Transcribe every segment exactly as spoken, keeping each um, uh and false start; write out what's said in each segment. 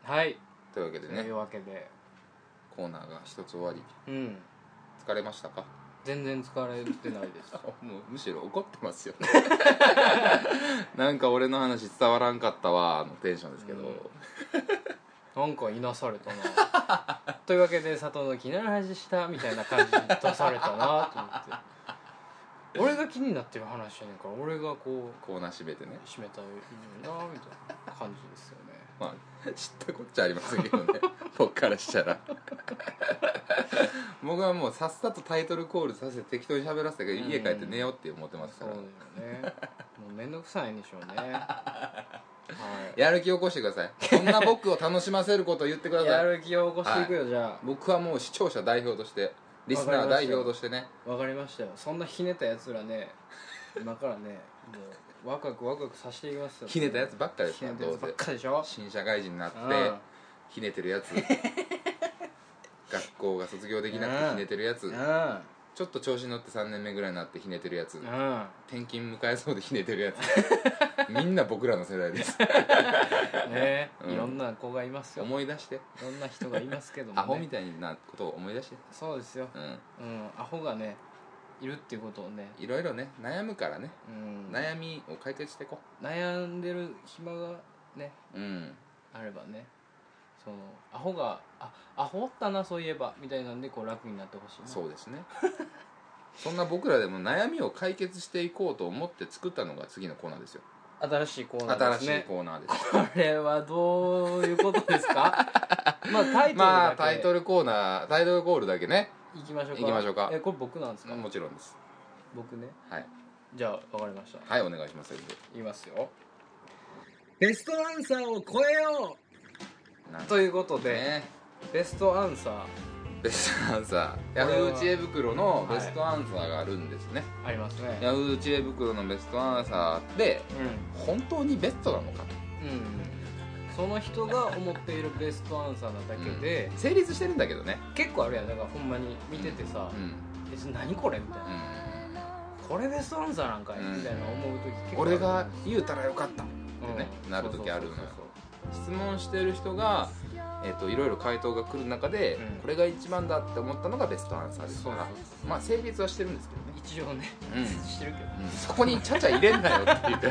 はい、 というわけでね、 というわけでコーナーが一つ終わり、 うん、 疲れましたか？ 全然疲れてないですもうむしろ怒ってますよなんか俺の話伝わらんかったわのテンションですけど、 うん、なんかいなされたなというわけで佐藤の気になる話したみたいな感じ出されたなと思って俺が気になってる話やねんから俺がこうコーナー閉めてね閉めたらいいのになみたいな感じですよね。 まあ知ったこっちゃありませんけどね僕からしたら僕はもうさっさとタイトルコールさせて適当に喋らせてから家帰って寝ようって思ってますから、 そうだよねもうめんどくさいんでしょうねはい、 やる気を起こしてください。そんな僕を楽しませることを言ってください。 やる気を起こしていくよ、はい、じゃあ僕はもう視聴者代表としてリスナー代表としてね。 わかりましたよ。そんなひねったやつらね今からねもうワクワクワクワクさせていきますよ。 ひねったやつばっかですよ。 ひねったやつばっかでしょ。 新社会人になってひねてるやつ学校が卒業できなくてひねてるやつ、ちょっと調子に乗ってさんねんめぐらいになってひねてるやつ、転勤迎えそうでひねてるやつみんな僕らの世代ですね、うん、いろんな子がいますよ。 思い出して、 いろんな人がいますけども、ね、 アホみたいなことを思い出して。 そうですよ、うんうん、アホがねいるっていうことをね、 いろいろね悩むからね、うん、悩みを解決していこう。悩んでる暇がね、 うん、 あればね、そのアホがあアホおったなそういえばみたいなんでこう楽になってほしいな。 そうですねそんな僕らでも悩みを解決していこうと思って作ったのが次のコーナーですよ。 新しいコーナーですね。 新しいコーナーです。 これはどういうことですかまあタイトルだけ、 まあタイトルコーナータイトルコールだけねいきましょうか。 いきましょうか。 えこれ僕なんですか？ もちろんです。 僕ね。 はい。 じゃあ分かりました。 はい、お願いします。 言いますよ。ベストアンサーを超えようということで、ね、ベストアンサーベストアンサーヤフー知恵袋のベストアンサーがあるんですね、 はい、ありますね。 ヤフー知恵袋のベストアンサーで、うん、本当にベストなのかと、うん、 その人が思っているベストアンサーなだけで、 うん、成立してるんだけどね。 結構あるやん。だからほんまに見ててさ、うんうん、え何これみたいな、うん、これベストアンサーなんかい、うん、みたいな思う時結構ある。 俺が言うたらよかったってね、うん、なる時あるのよ。質問してる人がえー、といろいろ回答が来る中で、うん、これが一番だって思ったのがベストアンサーですから、まあ成立はしてるんですけどね、 一応ね、うん、してるけど、 うん、そこにちゃちゃ入れんなよって言って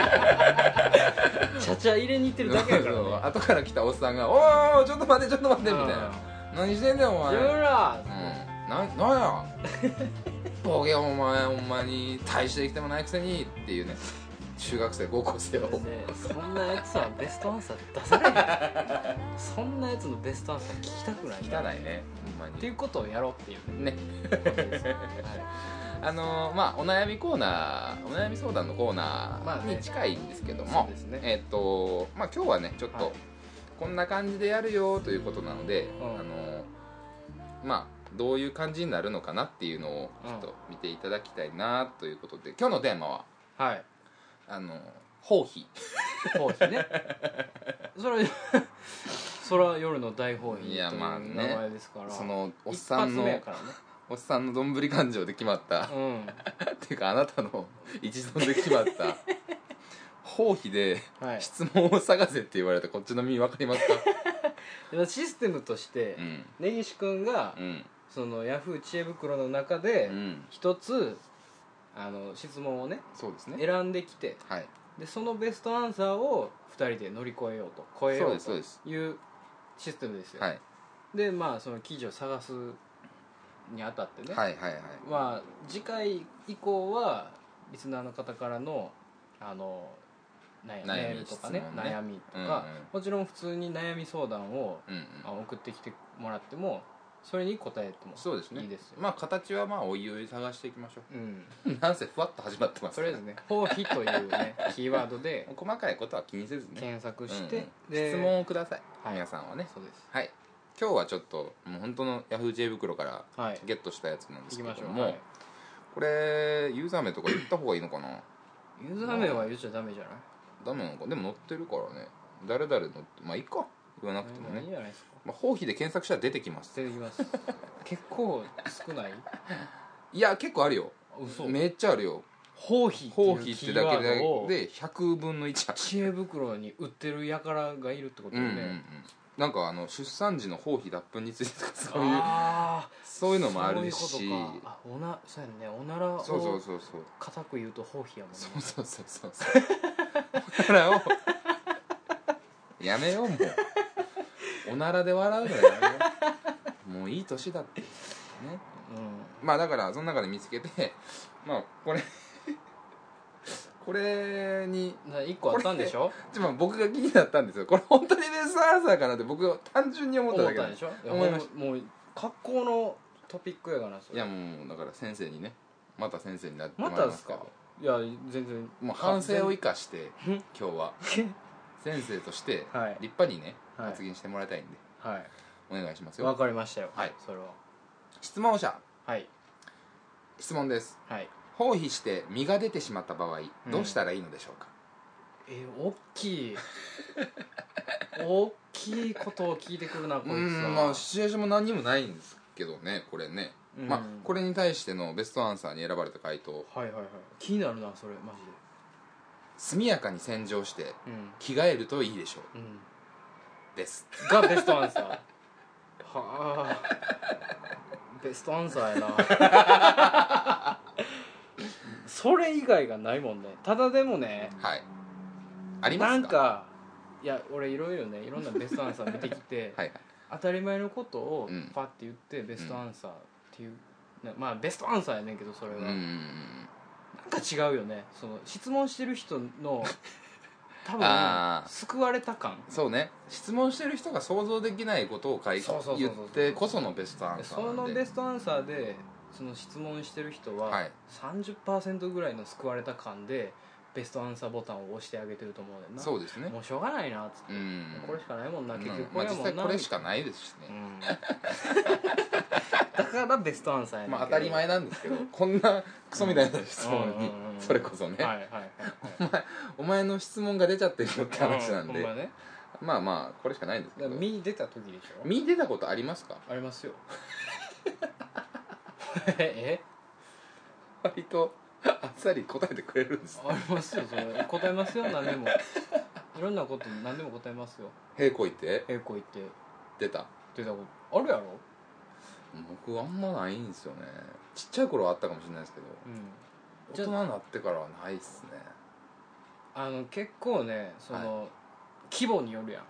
ちゃちゃ入れに行ってるだけやからね後から来たおっさんが「おーちょっと待ってちょっと待って」みたいな「何してんねんお前自分ら、 うん、な, なんやボケお前ほんまに大して生きてもないくせに」っていうね、中学生高校生を、ね、 そんなやつはベストアンサー出されへんそんなやつのベストアンサー聞きたくない聞かないねほんまにっていうことをやろうっていうねあのー、まあお悩みコーナーお悩み相談のコーナーに近いんですけども、まあねね、えっ、ー、とまあ今日はねちょっとこんな感じでやるよということなので、うん、あのー、まあどういう感じになるのかなっていうのをちょっと見ていただきたいなということで、今日のテーマははいあの包皮包皮ねそれそれは夜の大放棄という名前ですから、 ね、そのおっさんの、ね、おっさんのどんぶり感情で決まった、うん、っていうかあなたの一存で決まった包皮で質問を探せって言われたこっちの身分かりますかシステムとして、うん、根岸君が、うん、そのヤフー知恵袋の中で一つ、うんあの質問をね、そうですね選んできて、はい、でそのベストアンサーをふたりで乗り越えようと超えようというシステムですよ。はい、でまあその記事を探すにあたってね、はいはいはい、まあ次回以降はリスナーの方からのあの悩みメールとかね、ね悩みとか、うんうん、もちろん普通に悩み相談を、うんうん、送ってきてもらってもそれに答えてもいいですよ。そうですね。 まあ形はまあおいおい探していきましょう。うん、なんせふわっと始まってますから。それですね。包皮というねキーワードで細かいことは気にせずね検索して、うんうん、で質問をください、はい、皆さんはね。そうです。はい。今日はちょっともう本当のヤフー知恵袋からゲットしたやつなんですけども、はい、これユーザー名とか言った方がいいのかな。 ユーザー名は言っちゃダメじゃない？ ダメなのか。でも載ってるからね。誰々載ってまあいいか。言わなくてもね。いいじゃないですか。まあ、包皮で検索したら出てきます。 出てきます結構少ない？ いや結構あるよ。嘘。めっちゃあるよ。 包皮っていうキーワードをでひゃくぶんのいち知恵袋に売ってる輩がいるってことよね、うんうんうん、 なんかあの出産時の包皮脱粉についてとかそういうそういうのもあるし、 そういうことか。あ、おな、そうやね、おならをそうそうそうそう固く言うと包皮やもんね。 そうそうそうそうおならをやめようもうおならで笑うのやめようもういい年だってね、うん、まあだからその中で見つけてまあこれこれにいっこあったんでしょ。 ちょ僕が気になったんですよ。これ本当にベストアンサーかなって僕は単純に思っただけ思ったでしょ。思いました。もう格好のトピックやからそれ。いやもうだから先生にね、また先生になってもらいますけど。 またですか。いや全然もう反省を生かして今日は先生として立派にね、はい、発言してもらいたいんで、はい、お願いしますよ。 わかりましたよ。 はい。 それは。 質問者。 はい。 質問です。 はい。 包皮して身が出てしまった場合、どうしたらいいのでしょうか。 うん、え大きい大きいことを聞いてくるなこいつは。 うんまあシチュエーションも何にもないんですけどねこれね、うん、まあこれに対してのベストアンサーに選ばれた回答、 はいはいはい、気になるなそれマジで。 速やかに洗浄して、うん、着替えるといいでしょう、うん、ですがベストアンサーはあベストアンサーやなそれ以外がないもんね。ただでもね、 はいありますか。 なんかいや俺いろいろねいろんなベストアンサー見てきてはい、はい、当たり前のことをパッて言ってベストアンサーっていう、うん、まあベストアンサーやねんけどそれは、うん、なんか違うよね。その質問してる人の多分救われた感。 そうね、質問してる人が想像できないことを書いて言ってこそのベストアンサーなんで、 そのベストアンサーでその質問してる人は さんじゅっパーセント ぐらいの救われた感でベストアンサーボタンを押してあげてると思うねんな。 そうですね。 もうしょうがないなっつって、うん、これしかないもんな、結局これやもんな、まあ、実際これしかないですしね、 うん、だからベストアンサーやねんけど、 まあ当たり前なんですけどこんなクソみたいな質問にそれこそね、はいはいはいはい、お前お前の質問が出ちゃってるよって話なんで、うんね、まあまあこれしかないんですけど。 身出た時でしょ。 身出たことありますか。 ありますよえ割とあっさり答えてくれるんです、ね、 ありますよそれ。答えますよ何でもいろんなこと何でも答えますよ。 平行いて平行いて出た出たことあるやろ。 僕あんまないんですよね。ちっちゃい頃はあったかもしれないですけど、うん、大人になってからはないっすね。 あの結構ねその、はい、規模によるやん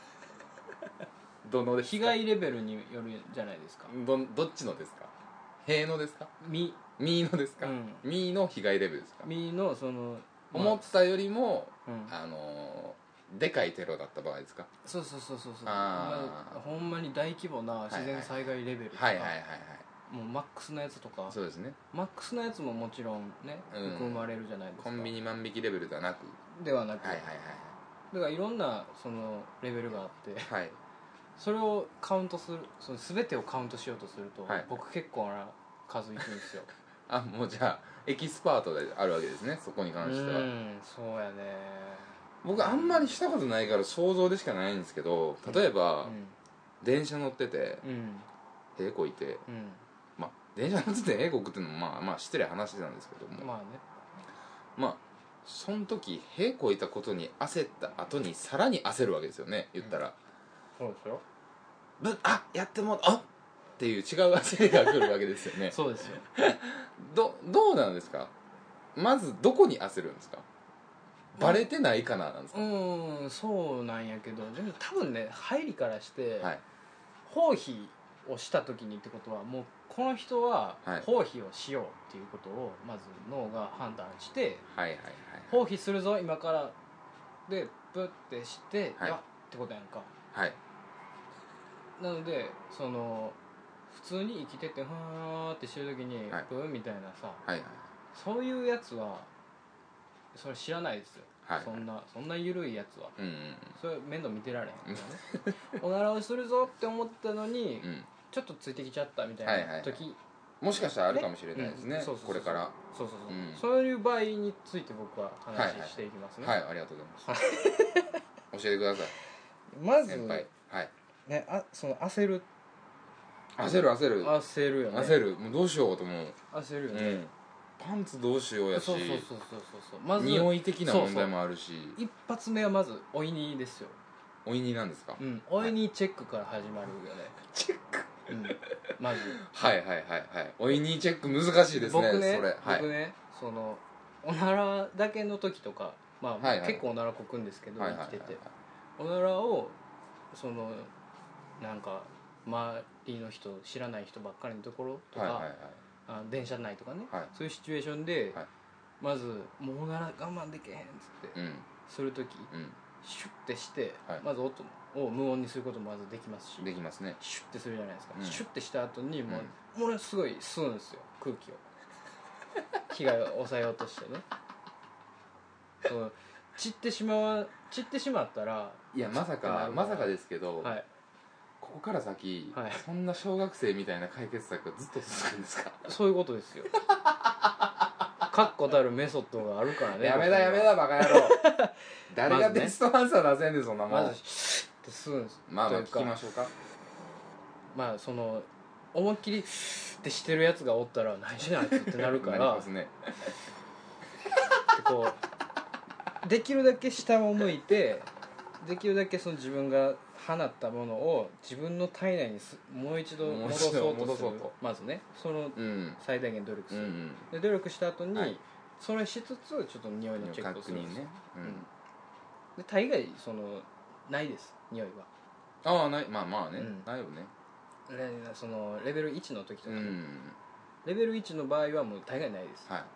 どのですか。 被害レベルによるじゃないですか。 どどっちのですか。塀のですか。 身身のですか、うん、身の被害レベルですか。 身のその、 まあ、思ったよりも、うん、あのでかいテロだった場合ですか。 そうそうそうそうそう。あほんまに大規模な自然災害レベルとか、 はいはいはいはい、 もうマックスのやつとか。 そうですね。 マックスのやつももちろんね、うん、含まれるじゃないですか。 コンビニ万引きレベルではなくではなく、 はいはいはい、 だからいろんなそのレベルがあって、 はい、 それをカウントする、その全てをカウントしようとすると、はい、僕結構な数いくんですよあもうじゃあエキスパートであるわけですねそこに関しては。うんそうやね。 僕あんまりしたことないから想像でしかないんですけど、例えば、うん、電車乗ってて屁こいて、うん、まあ電車乗ってて屁こくっていうのもまあまあ失礼話なんですけども、 まあね、 まあその時屁こいたことに焦った後にさらに焦るわけですよね言ったら、 うん、そうですよ。 ぶあやってもあっていう違う焦りが来るわけですよねそうですよど, どうなんですか。まずどこに焦るんですか。バレてないかななんですか。 うんそうなんやけどでも多分ね入りからして、はい、包皮をした時にってことはもうこの人は包皮をしようっていうことをまず脳が判断して、はいはいはいはい、包皮するぞ今からでプッてして、はい、あってことやんか、はい、なのでその普通に生きててふーってしてる時に、はい、プーみたいなさ、はいはい、そういうやつはそれ知らないですよ、はいはい、そんなそんな緩いやつは、うんうん、それ面倒見てられへんからねおならをするぞって思ったのに、うん、ちょっとついてきちゃったみたいな時、はいはいはい、 もしかしたらあるかもしれないですね、うん、そうそうそうそうこれからそうそうそう、うん、そういう場合について僕は話していきますね。 はい、はいはい、ありがとうございます教えてください。 まず先輩、はいね、あその焦る焦る焦る焦るよね。 焦るもうどうしようと思う。 焦るよね、 パンツどうしようやし、 そうそうそうそうそう、まず匂い的な問題もあるし、そうそう一発目はまずおいにですよ。 おいになんですか？ うん、おいにチェックから始まるよね。 チェック、 うん、まずはいはいはいはい、おいにチェック難しいですね。 僕ねそれ、はい、 僕ね、そのおならだけの時とか、まあ、はいはい、結構おならこくんですけど、はいはいはいはい、生きてておならをそのなんか周りの人、知らない人ばっかりのところとか、はいはいはい、あ電車内とかね、はい、そういうシチュエーションで、はい、まずもうおなら我慢できへんっつって、うん、する時、うん、シュッてして、はい、まず音を無音にすることもまずできますし、 できますね。 シュッてするじゃないですか、うん、シュッてした後にもう、うん、ものすごい吸うんですよ、空気を気が抑えようとしてねそう散ってしまう散ってしまったら、 いやまさかまさかですけど、はい、ここから先、はい、そんな小学生みたいな解決策がずっと続くんですか？ そういうことですよ確固たるメソッドがあるからね。 やめだやめだバカ野郎誰がベストアンサー出せんでそんなもん。 まずシュッて吸うんです。 まあまあ聞きましょうか。 まあその思いっきりってしてるやつがおったら何しないあいつってなるからなりますねこうできるだけ下を向いて、できるだけその自分が放ったものを自分の体内にもう一度戻そうとする。まずね、その最大限努力する、うんうん、で努力した後に、はい、それしつつちょっと匂いのチェックをするんですよ、ね、うんうん、で大概そのないです匂いは。 ああない、まあまあね、うん、ないよね。 そのレベルいちの時とか、ね、うん、レベルいちの場合はもう大概ないです、はい、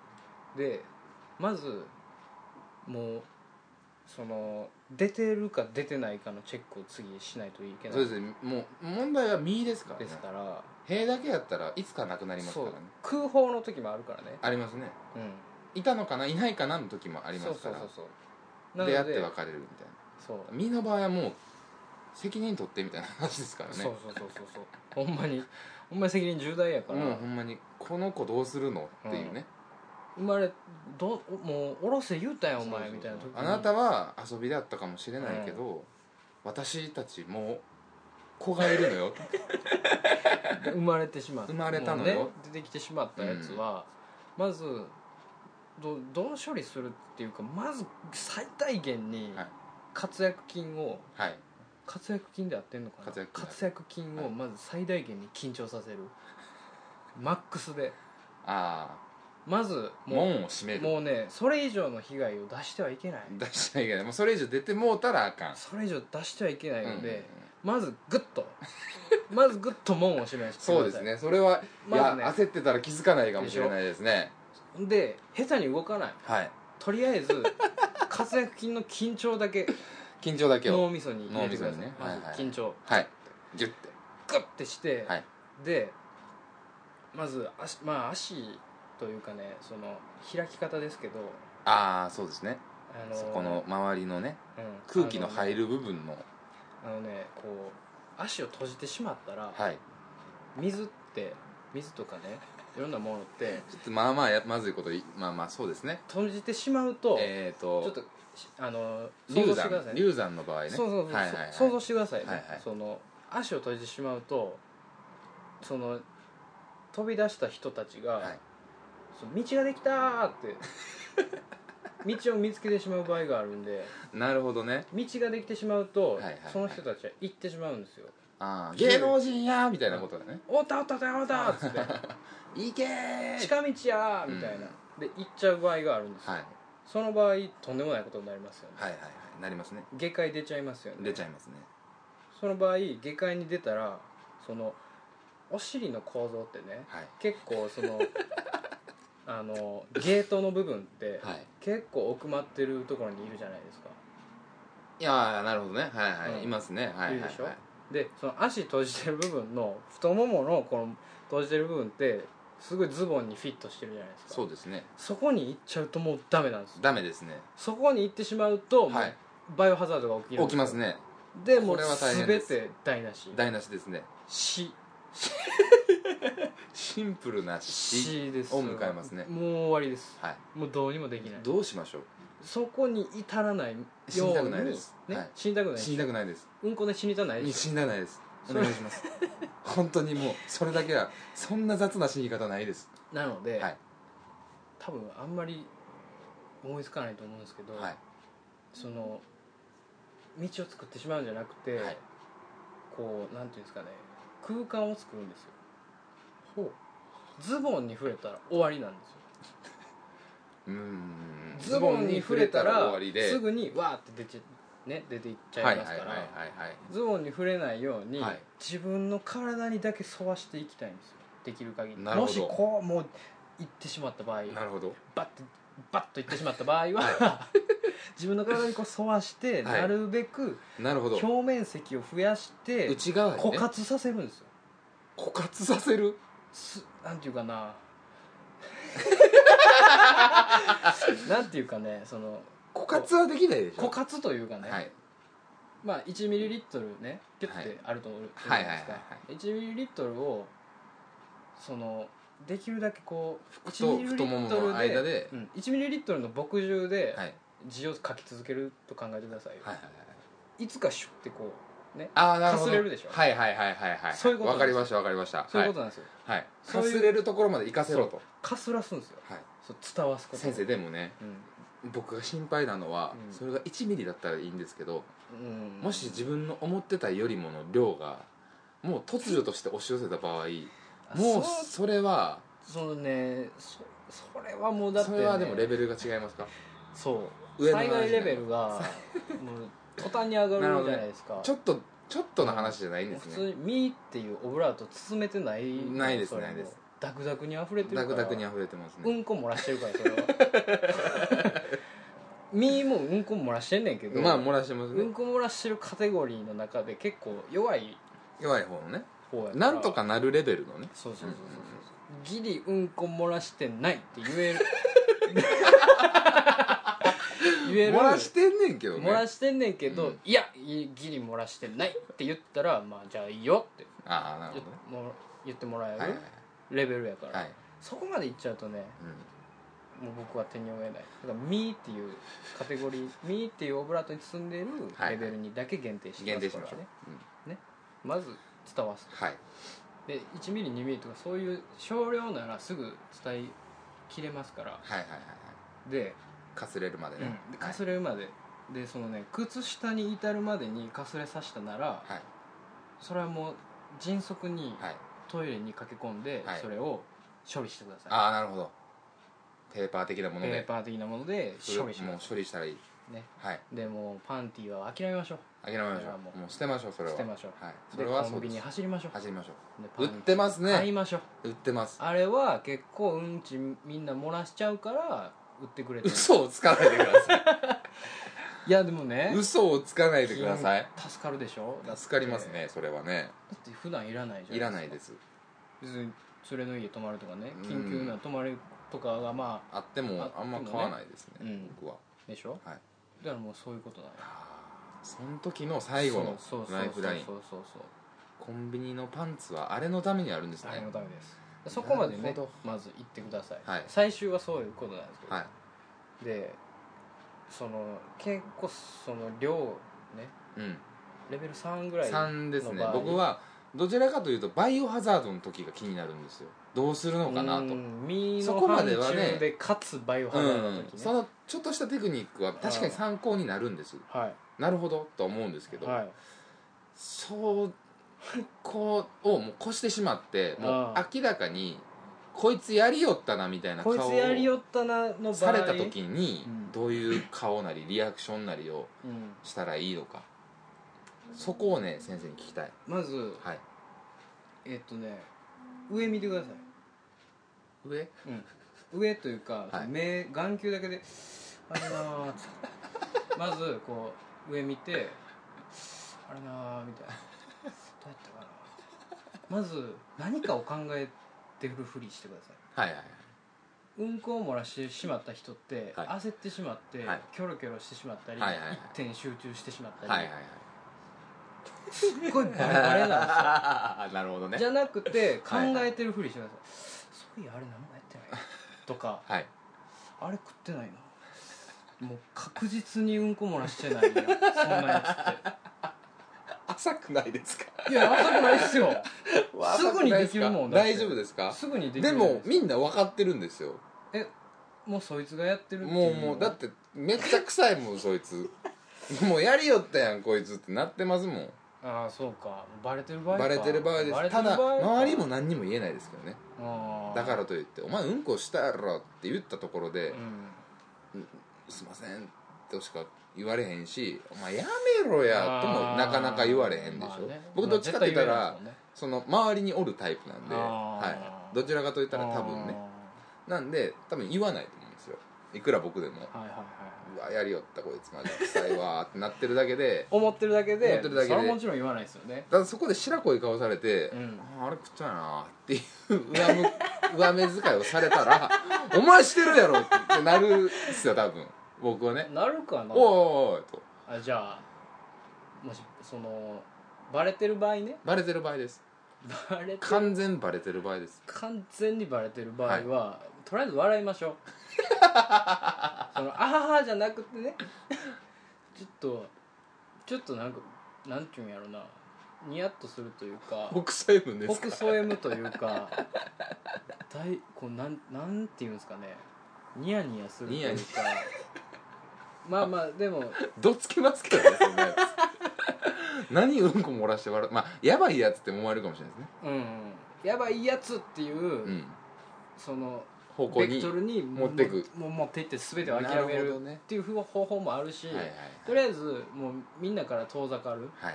でまずもうその出てるか出てないかのチェックを次しないといけない。 そうですね、もう問題は身ですからね。 ですから塀だけやったらいつかなくなりますからね。 空砲の時もあるからね。 ありますね、うん、いたのかないないかなの時もありますから。そうそうそうそう、出会って別れるみたいな。そう身の場合はもう責任取ってみたいな話ですからね。そうそうそうそうそうほんまにほんまに責任重大やから、 もうほんまにこの子どうするのっていうね、 うん、生まれどもうおろせ言うたやんお前みたいな時に、 あなたは遊びだったかもしれないけど、うん、私たちもう子がいるのよ生まれてしまった生まれたのよ、 ね、出てきてしまったやつは、うん、まず ど, どう処理するっていうか、まず最大限に活躍金を、はい、活躍金で合ってんのかな、活躍 金, 活躍金をまず最大限に緊張させる、はい、マックスで、ああまずもう門を閉める。 もうね、それ以上の被害を出してはいけない。 出してはいけない。もうそれ以上出てもうたらあかん。 それ以上出してはいけないので、うん、まずグッとまずグッと門を閉めてください。 そうですね。それは、まずね、いや焦ってたら気づかないかもしれないですね。 で下手に動かない、はい、とりあえず活躍筋の緊張だけ緊張だけを脳みそに入れてください、ね、まず緊張、 はい、ギュッてグッてして、はい、でまず足、まあ、足というかね、その開き方ですけど、 ああそうですね、あのー、そこの周りのね、うん、空気の入る部分のあのね、こう足を閉じてしまったら、はい、水って水とかね、いろんなものってちょっとまあまあやまずいこと、まあまあそうですね、 閉じてしまうと、えーとちょっとあの想像してください、ね、 流産の場合ね、 そうそうそう、はいはいはい、想像してくださいね、はいはい、その足を閉じてしまうと、その飛び出した人たちが、はい、その道ができたーって道を見つけてしまう場合があるんで、 なるほどね、 道ができてしまうと、はいはいはい、その人たちは行ってしまうんですよ。 あ芸能人やーみたいなことだね、 おったおったおったおったっつって行けー近道やーみたいな、うん、で行っちゃう場合があるんですよ、はい、その場合とんでもないことになりますよね。 はいはいはい、なりますね。 下界出ちゃいますよね。 出ちゃいますね。 その場合下界に出たら、そのお尻の構造ってね、はい、結構そのあのゲートの部分って、はい、結構奥まってるところにいるじゃないですか。 いやーなるほどね、はいはい、うん、いますね、はいはいはい、いるでしょ。 でその足閉じてる部分の太もものこの閉じてる部分ってすごいズボンにフィットしてるじゃないですか。 そうですね。 そこに行っちゃうともうダメなんですよ。 ダメですね。 そこに行ってしまうと、はい、バイオハザードが起きるんですよ。 起きますね。 でもう全て台無し台無しですね。 死シンプルな死を迎えますね。 もう終わりです、はい、もうどうにもできない。 どうしましょう。 そこに至らないように死にたくないです、 ね、はい、死にたくないです。 死にたくないです。 うんこで死にたないです。 死にたないです。お願いします本当にもうそれだけはそんな雑な死に方ないです。 なので、はい、 多分あんまり思いつかないと思うんですけど、はい、その道を作ってしまうんじゃなくて、はい、こうなんていうんですかね、空間を作るんですよ。ほう。ズボンに触れたら終わりなんですよ。うーん、ズボンに触れたら終わりですぐにわーって出ちゃね、出ていっちゃいますから、ズボンに触れないように、はい、自分の体にだけ沿わしていきたいんですよ、できる限り。もしこうもう行ってしまった場合、なるほど、バッてバッと行ってしまった場合は、はい、自分の体にこう沿わして、はい、なるべく表面積を増やして内側に、ね、枯渇させるんですよ。 枯渇させる、 なんていうかななんていうかね、その枯渇はできないでしょ。 枯渇というかね、はい、まあいちミリリットルねピュッてあると思うじゃないですか。いちミリリットルをそのできるだけこういちミリリットルで、間で、うん、いちミリリットルの墨汁で字を書き続けると考えてくださいよ、はいはいはい、いつかシュッてこうね、あ、なるほど、かすれるでしょ。 はいはいはいはいはい、そういうこと。わかりましたわかりました。 そういうことなんですよ。 はい。かすれるところまで行かせろと。 かすらすんですよ。はい。そう伝わすこと。 先生でもね、うん、僕が心配なのは、うん、それがいちミリだったらいいんですけど、うん、もし自分の思ってたよりもの量がもう突如として押し寄せた場合、もうそれはそうね、そ, それはもうだって、ね、 それはでもレベルが違いますか。 そう上の災害レベルがもう途端に上がるじゃないですか。 ちょっとちょっとの話じゃないんですね。 普通にミーっていうオブラート包めてない。 ないですないです。 ダクダクに溢れてるから。 ダクダクに溢れてますね。 うんこ漏らしてるからそれはミーもうんこ漏らしてんねんけど、 まあ漏らしてますね。 うんこ漏らしてるカテゴリーの中で結構弱い弱い方のね、方やなんとかなるレベルのね。 そうそうそうそう、うん、ギリうんこ漏らしてないって言える言える。 漏らしてんねんけどね。 漏らしてんねんけど、うん、いやギリ漏らしてないって言ったら、まあじゃあいいよってああなるほど、ね、 もう言ってもらえるレベルやから、はい、そこまでいっちゃうとね、うん、もう僕は手に負えない。だからミーっていうカテゴリーミーっていうオブラートに包んでいるレベルにだけ限定してますからね、うん、ね、まず伝わす、はい、でいちミリにミリとかそういう少量ならすぐ伝えきれますから、はいはいはいはい、でかすれるまでね、 うん、でかすれるまで、はい、でそのね靴下に至るまでにかすれさせたなら、はい、それはもう迅速にトイレに駆け込んで、はい、それを処理してください。 ああなるほど。ペーパー的なものでペーパー的なもので処理しもう処理したらいいね。 はい。でもうパンティーは諦めましょう。 諦めましょう。もうもう捨てましょうそれは。 捨てましょう。 はい。 それはコンビニ走りましょう。 走りましょう。売ってますね。 買いましょう。 売ってます。 あれは結構うんちみんな漏らしちゃうから売ってくれてる。 嘘をつかないでください。 いやでもね、 嘘をつかないでください。 助かるでしょ。 助かりますねそれはね。 だって普段いらないじゃないですか。 いらないです。 別に連れの家泊まるとかね、緊急な泊まるとかがまああってもあんま買わないですね、うん、僕は。 でしょ。はい。だからもうそういうことだよ。 その時の最後のライフライン。そうそうそうそう。コンビニのパンツはあれのためにあるんですね。 あれのためです。そこまでねまず行ってください、はい、最終はそういうことなんですけど、はい、でその結構その量ね、うん、レベルさんぐらいの場合さんですね。 僕はどちらかというとバイオハザードの時が気になるんですよ。どうするのかなと。 ミーの範疇でかつバイオハザードの時ね、 うん、そのちょっとしたテクニックは確かに参考になるんです、はい、なるほどと思うんですけど、はい、そうこうをもう越してしまってもう明らかにこいつやりよったなみたいな顔をこいつやりよったなの場合された時にどういう顔なりリアクションなりをしたらいいのか、うん、そこをね先生に聞きたい。 まず、はい、えー、っとね上見てください。 上、 うん、上というか、はい、目眼球だけであれなーってまずこう上見てあれなーみたいなどうやったかなまず何かを考えてるふりしてください。はいはいはい。うんこを漏らしてしまった人って、はい、焦ってしまって、はい、キョロキョロしてしまったり、はいはいはい、一点集中してしまったり、はいはいはい、すっごいバレバレなんですよ。なるほどね。じゃなくて考えてるふりしてください、はいはい、そういやあれ何もやってないとか、はい、あれ食ってないな、もう確実にうんこ漏らしてないやそんなやつって浅くないですか。 いや浅くないっすよすぐにできるもん。 大丈夫ですか。 すぐにできる。 でもみんな分かってるんですよ。 えもうそいつがやってるっていうもうもうだってめっちゃ臭いもんそいつもうやりよったやんこいつってなってますもん。 ああそうかバレてる場合かバレてる場合です。ただ周りも何にも言えないですけどね。だからといって「お前うんこしたやろ」って言ったところで「うん、すいません」としか言われへんし「お前やめろや」ともなかなか言われへんでしょ、まあね、僕どっちかって言ったら、まあね、その周りにおるタイプなんで、はい、どちらかと言ったら多分ねなんで多分言わないと思うんですよいくら僕でも、はいはいはい、うわやりよったこいつマジ臭いわってなってるだけで思ってるだけで思ってるだけでそれはもちろん言わないですよね。 だからそこで白濃い顔されて、うん、あ, あれ食っちゃうなっていう上目上目遣いをされたらお前してるやろってなるっすよ多分僕はね。 なるかな。 おいおいおいと。 あじゃあもしそのバレてる場合ね。 バレてる場合です。 バレてる完全バレてる場合です。 完全にバレてる場合は、はい、とりあえず笑いましょうそのあははじゃなくてねちょっとちょっとなんかなんていうんやろなニヤッとするというか北斎むですか北斎むというか大こうなんなんていうんですかねニヤニヤするというかまあまあでもどつきますけどねそんなやつ何うんこ漏らして笑うまあやばいやつって思われるかもしれないですね。 うん、うん、やばいやつっていう、うん、その方向にベクトルに持っていくもう持っていって全てを諦めるっていう方法もあるし、はいはいはい、とりあえずもうみんなから遠ざかる、はいはいはい、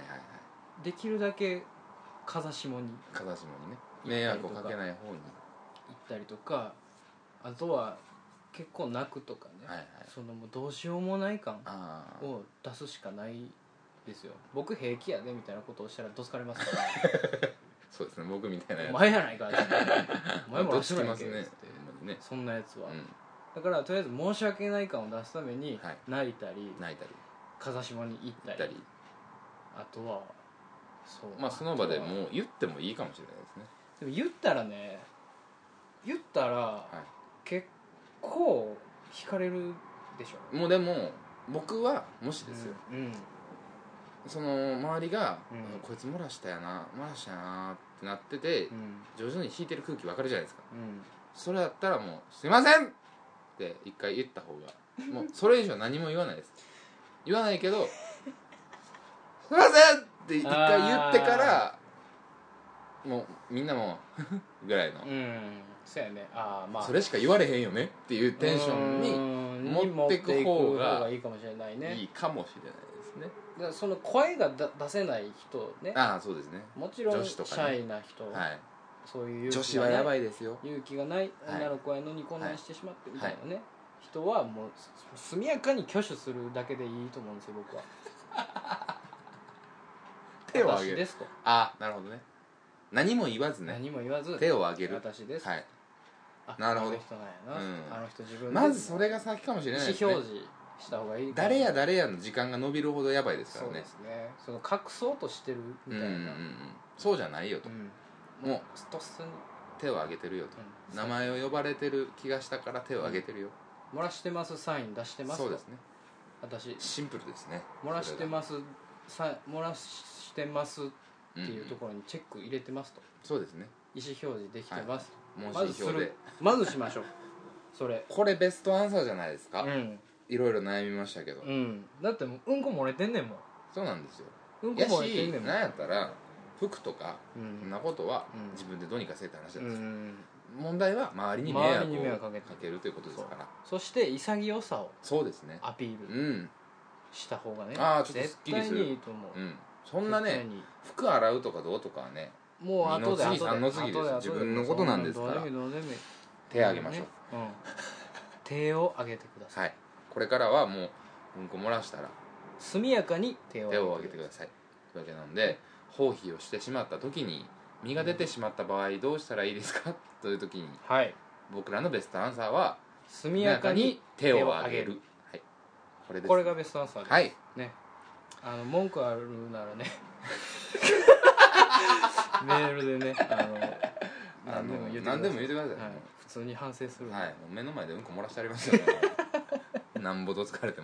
できるだけ風下に風下にね迷惑をかけない方に行ったりとかあとは結構泣くとかね、はいはい、そのもうどうしようもない感を出すしかないですよ。僕平気やでみたいなことをしたらどつかれますからそうですね僕みたいなやつお前やないかってお前もらしろやんけって、 ね、 そんなやつは、うん、だからとりあえず申し訳ない感を出すために泣いたり、 はい、泣いたり風下に行ったり、ったりあとはそうまあその場でもう言ってもいいかもしれないですね。 でも言ったらね言ったら、はい、結構惹かれるでしょ。 もうでも僕はもしですよ、うんうん、その周りが、うん、こいつ漏らしたやな漏らしたやなってなってて、うん、徐々に引いてる空気分かるじゃないですか、うん、それだったらもうすいませんって一回言った方がもうそれ以上何も言わないです。言わないけどすいませんって一回言ってからもうみんなもぐらいの、うん、 そうやねあまあそれしか言われへんよねっていうテンションに持っていく方がいいかもしれないね。 いいかもしれないですね。 だからその声がだ出せない人ねああそうですねもちろんシャイな人、ねはい、そういう女子はやばいですよ勇気がない女の子やのにこんなんしてしまってみたいなね、はい、人はもう速やかに挙手するだけでいいと思うんですよ僕は手を挙げる私ですとあなるほどね何も言わずね何も言わず手を挙げる私ですはいあなるほどあの人なんやな、うん、あの人自分でまずそれが先かもしれないですね。 意思表示した方がいい誰や誰やの時間が伸びるほどやばいですからね。 そうですねその隠そうとしてるみたいな、うんうんうん、 そうじゃないよと、うん、もうとっさに手を挙げてるよと、うん、名前を呼ばれてる気がしたから手を挙げてるよ、 うん、漏らしてますサイン出してますそうですね私シンプルですね。 漏らしてますさ漏らしてますっていうところにチェック入れてますと、 うん、そうですね意思表示できてます、 はい、問診票でまずしましょうそれこれベストアンサーじゃないですか、うんいろいろ悩みましたけど、 うん、だってもううんこ漏れてんねんもん。 そうなんですよ。 うんこ漏れてんねんもん。やしなんやったら服とか、うん、そんなことは自分でどうにかせえって話なんですよ、うん、問題は周りに迷惑をかけるということですから。 そ, そして潔さをそうですねアピールした方がね、 ああちょっとすっきりする。 絶対にいいと思う、うん、 そんなね服洗うとかどうとかはねもう後で二の次三の次です。自分のことなんですから手あげましょう、ねうん、 手を挙げてください、 はいこれからはもううんこ漏らしたら速やかに手を挙げてくださいというわけなので、放棄をしてしまった時に身が出てしまった場合どうしたらいいですかという時に、はい、僕らのベストアンサーは速やかに手を挙げる、はい、 これです、ね、これがベストアンサーです、 はいね、あの文句あるならねメールでねあの何でも言ってください。何でも言ってください、はい、 普通に反省する、 はい、もう目の前でうんこ漏らしてありますよねなんぼと疲れても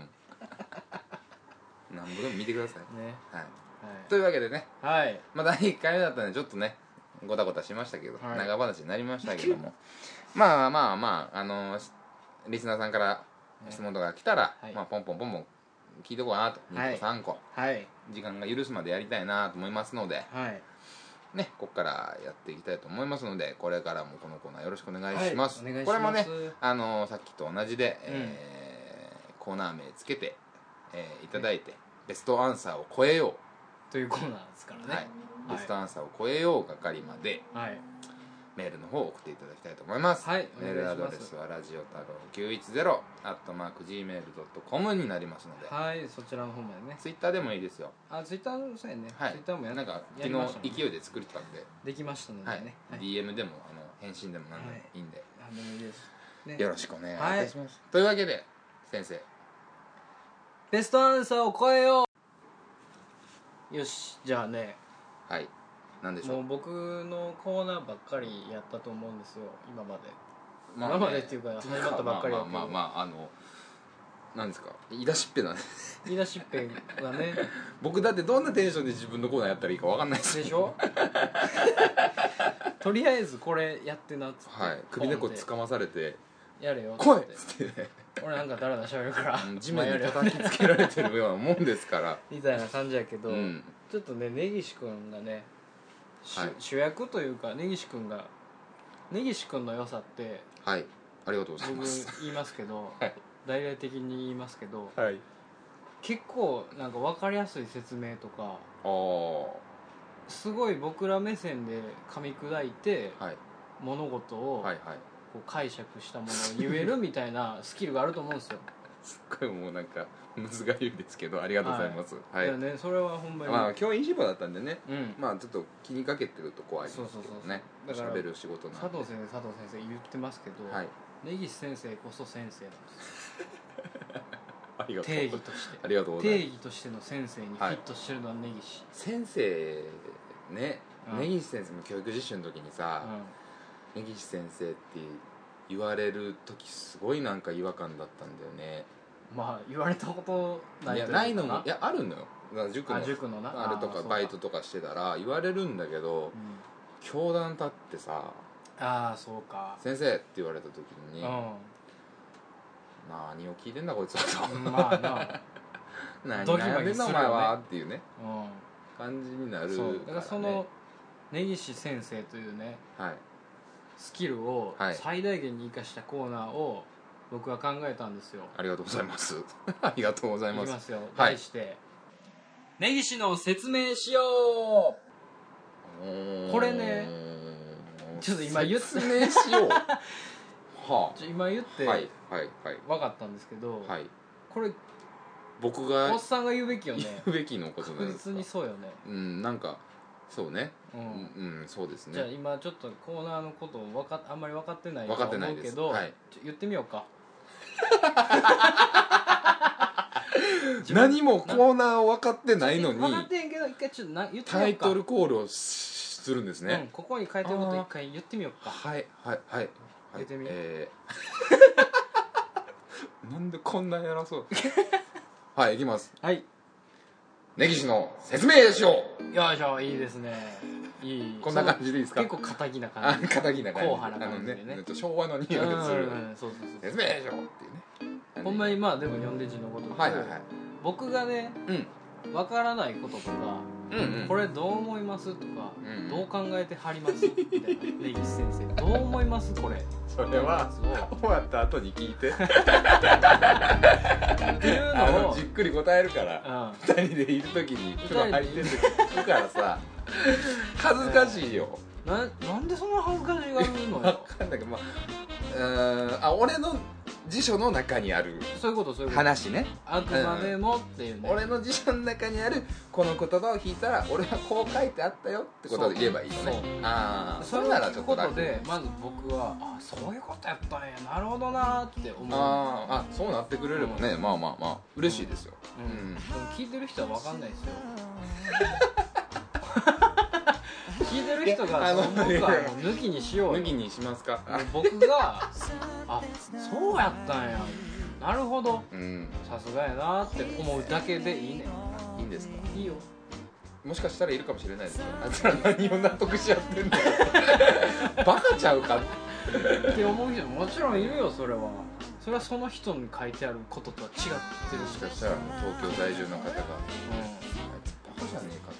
なんぼでも見てくださいね、はいはい、というわけでね、はい、まあだいいっかいめだったんでちょっとねごたごたしましたけど、はい、長話になりましたけどもまあまあまああのリスナーさんから質問とか来たら、はい、まあ、ポンポンポンポン聞いてこうかなと、にこさんこ、はい、時間が許すまでやりたいなと思いますので、はい、ね、ここからやっていきたいと思いますので、これからもこのコーナーよろしくお願いします。はい、これもね、あのー、さっきと同じで、うん、えー、コーナー名つけて、えー、いただいて、はい、ベストアンサーを超えようというコーナーですからね、はい、 ベストアンサーを超えよう係まで、はい、メールの方を送っていただきたいと思います。はい、メールアドレスはラジオ太郎きゅういちゼロアットマークジーメールドットコム になりますので、 はい、そちらの方までね。 ツイッターでもいいですよ。 あ、ツイッターそうやね、はい、ツイッターもやなんか昨日勢いで作ったんでできましたのでね、 はい、ディーエム でもあの返信でも何でもいいんで、 はい、何でもいいです、 ね、よろしくお願いいたします、はい、というわけで先生、 ベストアンサーを超えよう。よし、じゃあね、 はい、なんでしょう。 もう僕のコーナーばっかりやったと思うんですよ、今まで、まあね、今までっていうか始まったばっかりやけど、 まあまあまあ、まあ、あのなんですか、言い出しっぺだね言い出しっぺがね僕だってどんなテンションで自分のコーナーやったらいいか分かんないですでしょとりあえずこれやってなっつって、 はい、首根っこつかまされてやれよって来いっつってね俺なんかだらだらしゃべるから地面に叩きつけられてるようなもんですからみたいな感じやけど、うん、ちょっとね、根岸君がね、はい、主役というか、根岸君が根岸君の良さって、 はい、ありがとうございます。 僕言いますけど、はい、大々的に言いますけど、 はい、 結構なんか分かりやすい説明とか、あ、すごい僕ら目線で噛み砕いて、はい、物事を、はいはい、こう解釈したものを言えるみたいなスキルがあると思うんですよすっごいもうなんかむずがゆいですけど、ありがとうございます。はい。 はい、ね、それはほんまに。 まあ今日いい仕事だったんでね、うん、まあちょっと気にかけてるとこはありますけどね。そうそうそうそう。喋る仕事なんで。 佐藤先生、佐藤先生言ってますけど、はい、根岸先生こそ先生なんですありがとう。 定義として。 ありがとうございます。 定義としての先生にフィットしてるのは根岸。 はい、先生ね、うん、根岸先生も教育実習の時にさ、うん、根岸先生って言われる時すごいなんか違和感だったんだよね。 まあ言われたことないというかな。 いやないのも、いやあるのよ。塾の、 あ、塾のなあれとかバイトとかしてたら言われるんだけど、うん、教壇立ってさ、 ああそうか、 先生って言われた時に、うん、何を聞いてんだこいつはと、 まあな何悩んでんのお前はっていうね、うん、感じになるから、ね、そうだからその根岸先生というね、はい、スキルを最大限に生かしたコーナーを僕は考えたんですよ。 ありがとうございますありがとうございます。 いきますよ、題して、はい、根岸の説明しよう。これね、ちょっと今言って説明しようはあ、今言って、はいはいはい、分かったんですけど、はい、これ僕がおっさんが言うべきよね。 言うべきのことなんですか。 確実にそうよね。 うん、なんかそうね、うん、うん、そうですね。 じゃあ今ちょっとコーナーのことをわかあんまり分かってないと思うけど、はい、ちょ言ってみようか何もコーナーを分かってないのに分かってんけど一回ちょっとな言ってみようか。 タイトルコールをするんですね、うん、 ここに書いてること一回言ってみようか。 はいはいはい、 言ってみ、えー、なんでこんな偉そうはい、いきます。 はい、 根岸の説明しよう。よいしょ、いいですね。いい。 こんな感じでいいですか。 結構堅気な感じ。 堅気な感じ。 硬派な感じでね。 昭和の匂いがする。 そうそうそう。 説明しようっていうね。 ほんまにまあでも読んで字のことで、はいはいはい、僕がね、うん、分からないこととか、うんうん、これどう思いますとか、うんうん、どう考えてはりますみたいな、根岸先生どう思いますこれ。 それは終わった後に聞いてっていうのをじっくり答えるから、うん、ふたりでいる時に風呂入ってる時聞くからさ恥ずかしいよ。 な, なんでそんな恥ずかしがるのよ。 分かんないけど、まあ、あ俺の辞書の中にあるそういうことそういうこと話ね。 あくまでもっていうね、 うん、俺の辞書の中にあるこの言葉を引いたら俺はこう書いてあったよってことで言えばいいのね。そうああ、それならちょっと楽。 そういうことでまず僕はあそういうことやったんや、なるほどなって思う。 ああ、そうなってくれればね、うん、まあまあまあ嬉しいですよ、 うんうん、でも聞いてる人は分かんないですよ聞いてる人が僕は抜きにしようよ。 抜きにしますか。 僕があそうやったんや、なるほど、さすがやなって思うだけでいいね。 いいんですか。 いいよ。 もしかしたらいるかもしれないですよ。あいつら何を納得し合ってんだよバカちゃうかって思う人ももちろんいるよ。それはそれはその人に書いてあることとは違ってる。 もしかしたら東京在住の方が、うん、あいつバカじゃねえかって、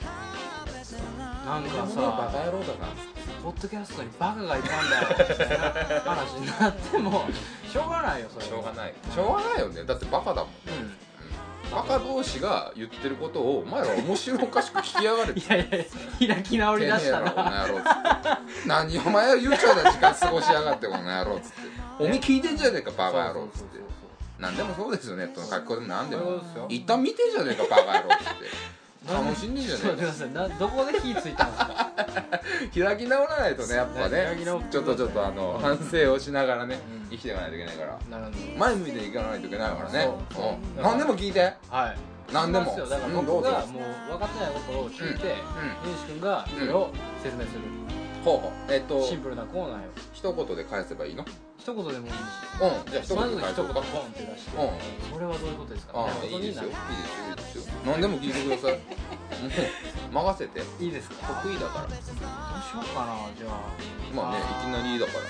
なんかさ、 バカ野郎だな、 ポッドキャストにバカがいたんだよみたいな話になってもしょうがないよ。それしょうがないしょうがないよね。だってバカだもん、うんバカ同士が言ってることをお前ら面白おかしく聞きやがる。 いやいや開き直りだしたな。 この野郎っつって何お前は悠長な時間過ごしやがってこの野郎っつっておめえ聞いてんじゃねえかバカ野郎っつって何でもそうですよネットの書き込みでも何でも一旦見てんじゃねえかバカ野郎っつって楽しんでんじゃねえか。 ちょっと待ってください、どこで火ついたんですか。 開き直らないとねやっぱねちょっとちょっとあの反省をしながらね生きていかないといけないから前向いていかないといけないからね。何でも聞いて。 はい何でも。 だから僕がもう分かってないことを聞いて根岸君がそれを説明する。 ほうほうえっとシンプルなコーナーよ。 一言で返せばいいの？ 一言でもいいし、 うんじゃあ一言で返そうか。 まず一言ポンって出して、うんそれはどういうことですか？ ああいいですよいいですよいいですよ何でも聞いてください。もう任せて。 いいですか？ 得意だから。どうしようかなじゃあ。 まあねいきなりだからね。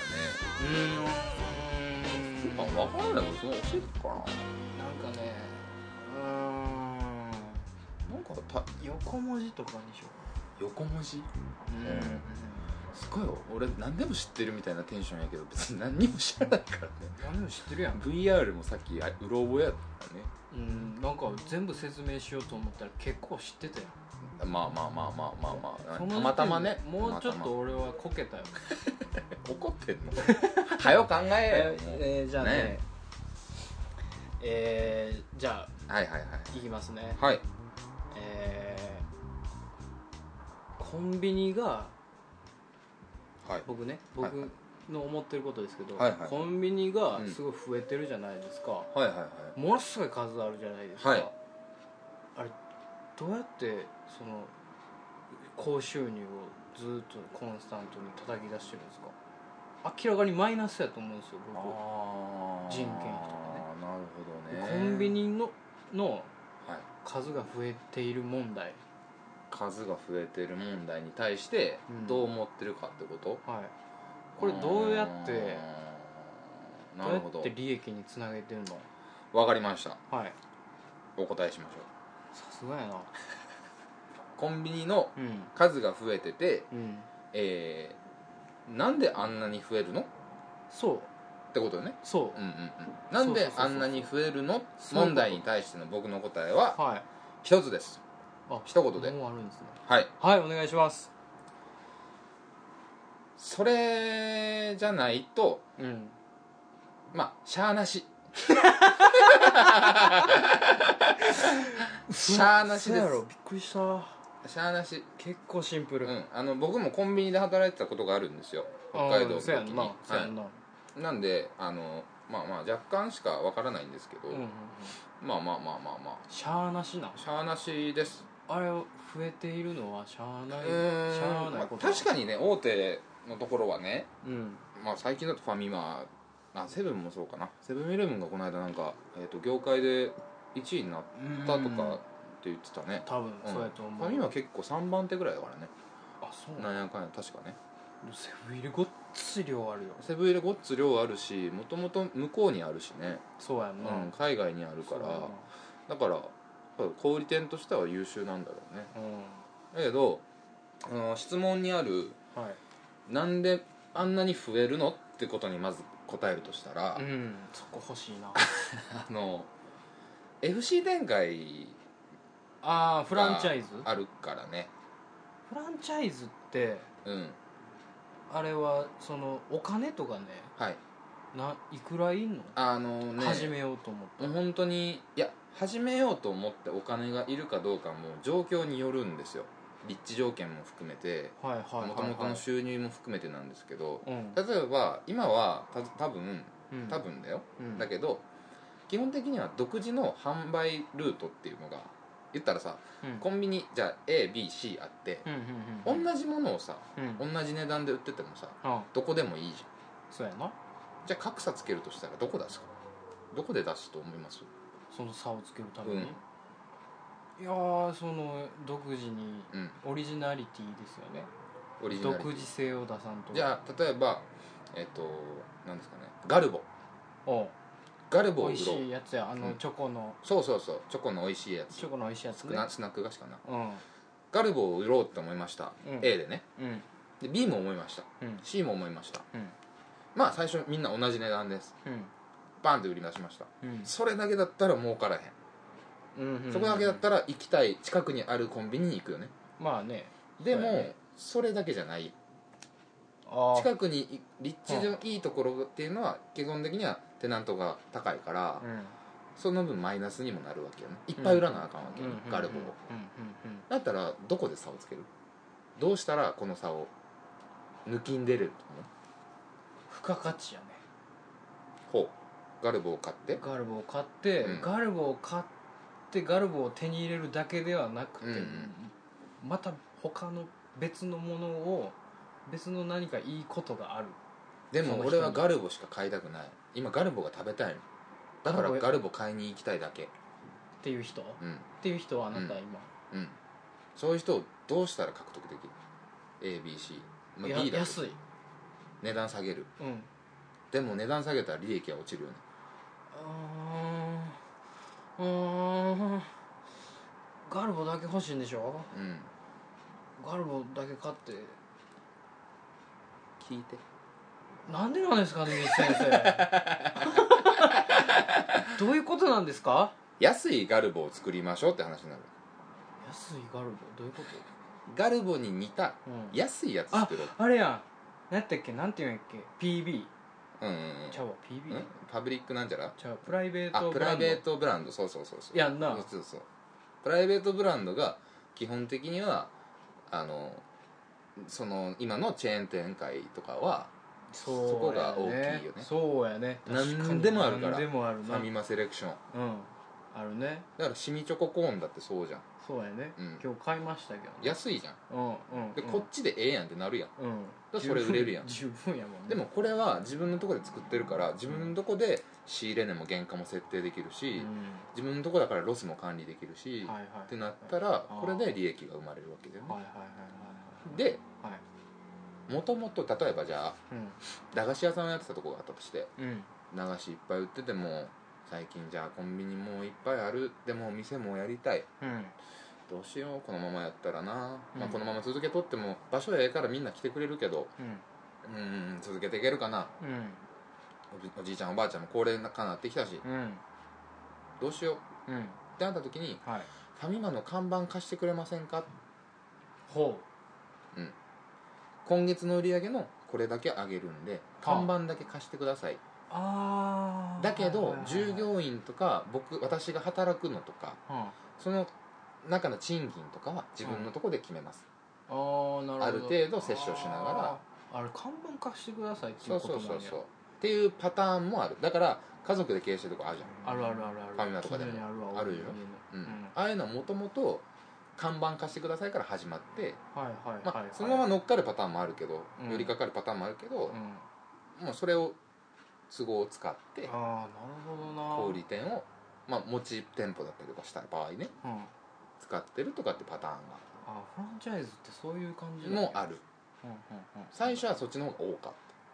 うーんまあ分からないこと教えてかな。 なんかねうーんなんかた横文字とかにしよう。横文字？うんすごいよ俺何でも知ってるみたいなテンションやけど別に何にも知らないからね。 何でも知ってるやん。 ブイアール もさっきうろ覚えやったね。 うんなんか全部説明しようと思ったら結構知ってたよ。 まあまあまあまあまあまあたまたまね。 もうちょっと俺はこけたよ。 怒ってんのはよ考えよ、えー、じゃあねねえー、じゃあはいはいはいいきますね。 はいえー、コンビニが、はい、僕ね僕の思ってることですけど、はいはい、コンビニがすごい増えてるじゃないですか、 うん、はいはいはい、 ものすごい数あるじゃないですか、はい、あれどうやってその高収入をずっとコンスタントに叩き出してるんですか？明らかにマイナスやと思うんですよ僕。あ人件費とかね。 なるほどね。 コンビニのの数が増えている問題、 数が増えている問題に対してどう思ってるかってこと、 うん、はいこれどうやってどうやって利益につなげてるの？ わかりました。 はいお答えしましょう。 さすがやな。 コンビニの数が増えてて、うん、えー、なんであんなに増えるの？そうってことよね。そう、うんうんうん、なんであんなに増えるの問題に対しての僕の答えは一つです。あ一言で。 もうあるんですね。 はいはいお願いします。 それじゃないと、うん、まあしゃーなししゃーなしです。 びっくりした。 しゃーなし。 結構シンプル、 うん、あの僕もコンビニで働いてたことがあるんですよ北海道の時に。はい、なんであのまあまあ若干しかわからないんですけど、うんうんうん、まあまあまあまあまあしゃーなしなしゃーなしです。 あれ増えているのはしゃーない、しゃーないこと、まあ、確かにね大手のところはね、うんまあ、最近だとファミマあセブンもそうかな。セブンイレブンがこの間なんか、えー、と業界でいちいになったとかって言ってたね。 多分そうやと思う、うん、 ファミマ結構さんばん手ぐらいだからね。 あそうなんやかんや確かね。 セブン入れごっつ量あるよ。 セブン入れごっつ量あるしもともと向こうにあるしね。 そうやんな、 うん、海外にあるからだから小売店としては優秀なんだろうね、うん、だけどあの質問にある、はい、なんであんなに増えるのってことにまず答えるとしたら、 うん、そこ欲しいなあの エフシー 展開ああフランチャイズあるからね。 フランチャイズって、うん、あれはそのお金とかね、はい、ないくらいんの？あのね始めようと思って本当にいや始めようと思ってお金がいるかどうかも状況によるんですよ。立地条件も含めてもともとの収入も含めてなんですけど、うん、例えば今はた多分多分だよ、うん、だけど基本的には独自の販売ルートっていうのが言ったらさ、うん、コンビニじゃあ エービーシー あって、うんうんうん、同じものをさ、うん、同じ値段で売っててもさ、うん、どこでもいいじゃん。 そうやな。 じゃあ格差つけるとしたらどこ出すか。どこで出すと思います？ その差をつけるために、うん、いやーその独自にオリジナリティですよね、うん、独自性を出さんと。 じゃあ例えばえっ、ー、と何ですかねガルボ。おガルボを売ろう。 美味しいやつや、あの、うん、チョコのそうそうそう、チョコの美味しいやつ、 チョコの美味しいやつ、 ね、スナック菓子かな、 うん、 ガルボを売ろうって思いました、うん、A でね、うん、で B も思いました、うん、C も思いました、うん、まあ最初みんな同じ値段です、うん、バンって売り出しました、うん、それだけだったら儲からへん、うんうんうんうん、そこだけだったら行きたい近くにあるコンビニに行くよね。 まあね。 でも そ,、ね、それだけじゃない。近くに立地のいいところっていうのは基本的にはテナントが高いから、うん、その分マイナスにもなるわけよね。いっぱい売らなあかんわけよね、うん、ガルボを、うんうんうん、だったらどこで差をつける？どうしたらこの差を抜きんでれると思う？ 付加価値やね。 ほう。ガルボを買ってガルボを買って、うん、ガルボを買ってガルボを手に入れるだけではなくて、うんうん、また他の別のものを別の何かいいことがある。 でも俺はガルボしか買いたくない。今ガルボが食べたいの。だからガルボ買いに行きたいだけっていう人、うん、っていう人はあなたは今、 うんうん、そういう人をどうしたら獲得できる？ エービーシー、まあ、B だけ安い値段下げる、うん、でも値段下げたら利益は落ちるよね。 うーん、ガルボだけ欲しいんでしょ、うん、ガルボだけ買って聞いて。 なんでなんですかね、先生どういうことなんですか？ 安いガルボを作りましょうって話になる。 安いガルボどういうこと？ ガルボに似た安いやつ作ろう、 うん、あ、あれやん、何やったっけ、なんていうんやっけ、 ピービー、うんうんうん、ちゃうわ ピービー、うん、 パブリックなんちゃら、 ちゃう、プライベートブランド、 あ、プライベートブランド、そうそうそうそう、 やんな、 そうそう、プライベートブランドが基本的にはあのその今のチェーン展開とかはそこが大きいよね。 そうやね、 何でもあるから。 何でもあるな、 ファミマセレクション、うん、 あるね。 だからシミチョココーンだってそうじゃん。 そうやね、うん、今日買いましたけど、ね、 安いじゃん、うんうん、で、 うん、 こっちでええやんってなるやん、うん、それ売れるやん、 十分やもんね。 でもこれは自分のとこで作ってるから自分のとこで仕入れ値も原価も設定できるし、うん、自分のとこだからロスも管理できるし、はいはい、ってなったらこれで利益が生まれるわけだよね、はいはいはいはい、で、もともと例えばじゃあ、うん、駄菓子屋さんをやってたとこがあったとして、うん、駄菓子いっぱい売ってても最近じゃあコンビニもいっぱいある、でも店もやりたい、うん、どうしようこのままやったらな、うん、まあ、このまま続けとっても場所ええからみんな来てくれるけど、うん、うん続けていけるかな、うん、お, じおじいちゃんおばあちゃんも高齢なかなってきたし、うん、どうしよう、うん、ってなった時に、はい、ファミマの看板貸してくれませんか。ほう、うん、今月の売り上げのこれだけ上げるんで看板だけ貸してください。あだけど従業員とか僕私が働くのとか、うん、その中の賃金とかは自分のとこで決めます、うん、あ, なるほど、ある程度折衝しながら、 あれ看板貸してくださいっていうことなんや。 そうそうそうそうっていうパターンもある。だから家族で経営してるとこあるじゃん。 あるあるあるある、 ファミマとかでもあるよ、うんうん、ああいうのはもともと看板貸してくださいから始まって、はいはいはい、まあ、そのまま乗っかるパターンもあるけど、うん、寄りかかるパターンもあるけど、うん、もうそれを都合を使ってあ、なるほどな、小売店を、まあ、持ち店舗だったりとかした場合ね、うん、使ってるとかってパターンが、 あ、フランチャイズってそういう感じもある、うんうんうん、最初はそっちの方が多かった、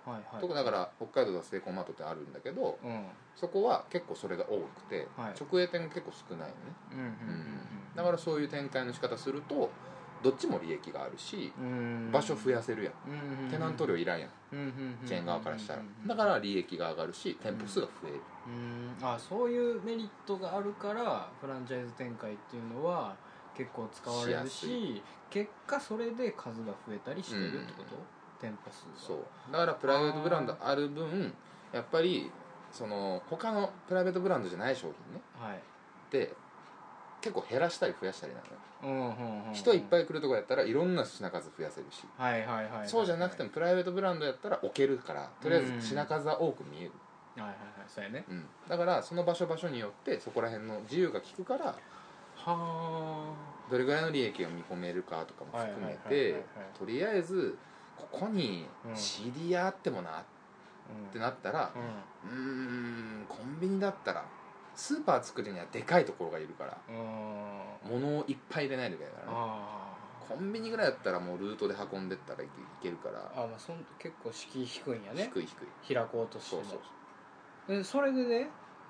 はいはい、特だから北海道ではセイコーマートってあるんだけど、うん、そこは結構それが多くて、はい、直営店が結構少ないよね、うんうんうんうん、だからそういう展開の仕方するとどっちも利益があるし、場所増やせるやん、うんうん、テナント料いらんやん、うんうんうん、チェーン側からしたら、だから利益が上がるし店舗数が増える、 うん、あ、そういうメリットがあるからフランチャイズ展開っていうのは結構使われる し, し結果それで数が増えたりしてるってこと、うん、店舗数が。 そうだからプライベートブランドある分やっぱりその他のプライベートブランドじゃない商品ね、はい、で結構減らしたり増やしたりなのよ、うんうんうん、人いっぱい来るとこやったらいろんな品数増やせるし、はいはいはいはい、そうじゃなくてもプライベートブランドやったら置けるからとりあえず品数は多く見える、 はいはいはい、そうやね、うん、 だからその場所場所によってそこら辺の自由が利くから、はどれぐらいの利益を見込めるかとかも含めてとりあえずここに知り合ってもなってなったら、うん、うーんコンビニだったらスーパー作るにはでかいところがいるから物をいっぱい入れないといけないからね。コンビニぐらいだったらもうルートで運んでったらいけるから、 あ、まあ、そん結構敷居低いんやね。 低い低い開こうとしても。そうそうそう。でそれでね、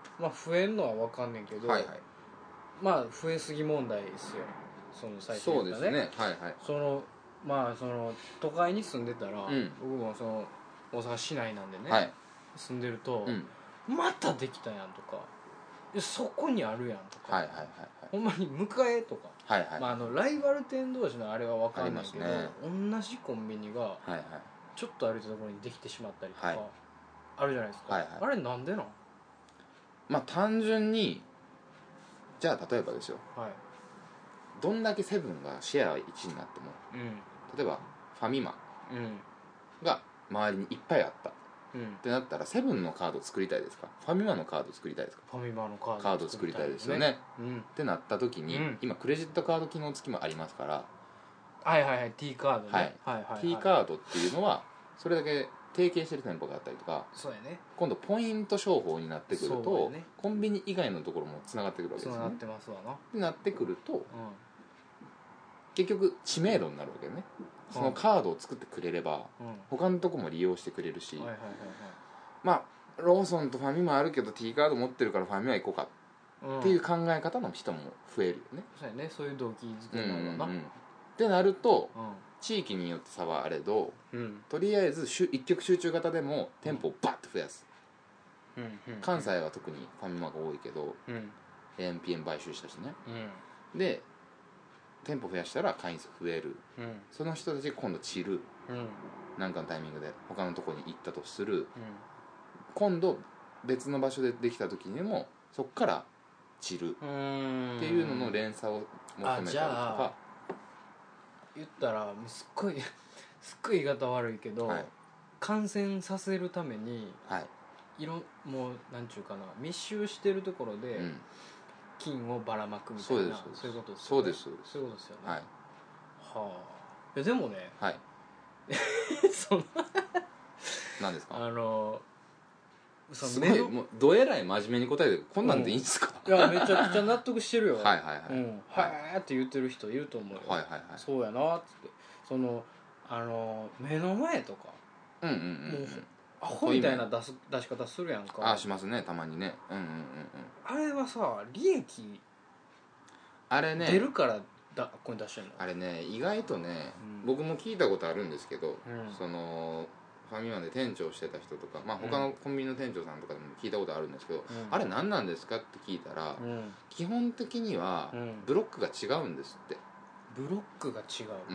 まあ増えんのは分かんねんけど、はいはい、まあ増えすぎ問題ですよ。その最初に言ったね。そうですね、はいはい、そのまあその都会に住んでたら、うん、僕もその大阪市内なんでね、はい、住んでると、うん、またできたやんとか、そこにあるやんとか、はいはいはいはい、ほんまに迎えとか、はいはい、まあ、あのライバル店同士のあれは分かんないけど、ね、同じコンビニがちょっと歩いたところにできてしまったりとか、はい、あるじゃないですか、はいはい、あれなんでなん？ まあ単純にじゃあ例えばですよ、はい、どんだけセブンがシェアいちになっても、うん、例えばファミマが周りにいっぱいあった、うん、ってなったらセブンのカード作りたいですか、ファミマのカード作りたいですか？ ファミマのカード、 カード作りたいですよね、うん、ってなった時に、うん、今クレジットカード機能付きもありますから、 はいはいはい、 T カードね、はいはいはいはい、 T カードっていうのはそれだけ提携してる店舗があったりとか、 そうやね、 今度ポイント商法になってくると、ね、コンビニ以外のところもつながってくるわけですね。 そうなってますわな。 ってなってくると、うん、結局知名度になるわけね。そのカードを作ってくれれば、うん、他のとこも利用してくれるし、はいはいはいはい、まあローソンとファミマあるけど T カード持ってるからファミマ行こうかっていう考え方の人も増えるよね。 そうやね、そういう動機づけなのかな、うんうんうん、 ってなると、うん、地域によって差はあれど、うん、とりあえず一極集中型でも店舗をバッと増やす、うんうんうん、関西は特にファミマが多いけど、うん、エーエムピーエム 買収したしね、うん、で店舗増やしたら会員数増える、うん、その人たちが今度散る、うん、なんかのタイミングで他のところに行ったとする、うん、今度別の場所でできた時にもそこから散るっていうのの連鎖を求めたりとか、 言ったらすっごいすっごい言い方悪いけど、はい、感染させるために、はい、いろもうなんちゅうかな、密集してるところで、うん、菌をばらまくみたいな、そういうことですよね。そうですそうですそういうことですよね。はい、はあ、いやでもね、はい、その何ですか？ あのすごいもうどえらい真面目に答えて、こんなんでいいんですか？ うん、いやめちゃくちゃ納得してるよ。はいはいはい、うん、はい、って言ってる人いると思うよ。はいはいはい、そうやなっつって、そのあの目の前とか、うんうんうん、うん、もうアホみたいな出す出し方するやんか。 あ、しますね、たまにね。うんうんうんうん。 あれはさ、利益あれね出るからだここに出してんの？ あれね、意外とね、うん、僕も聞いたことあるんですけど、うん、そのファミマで店長してた人とか、まあ、他のコンビニの店長さんとかでも聞いたことあるんですけど、うん、あれ何なんですかって聞いたら、うん、基本的にはブロックが違うんですって。 ブロックが違う、 うん、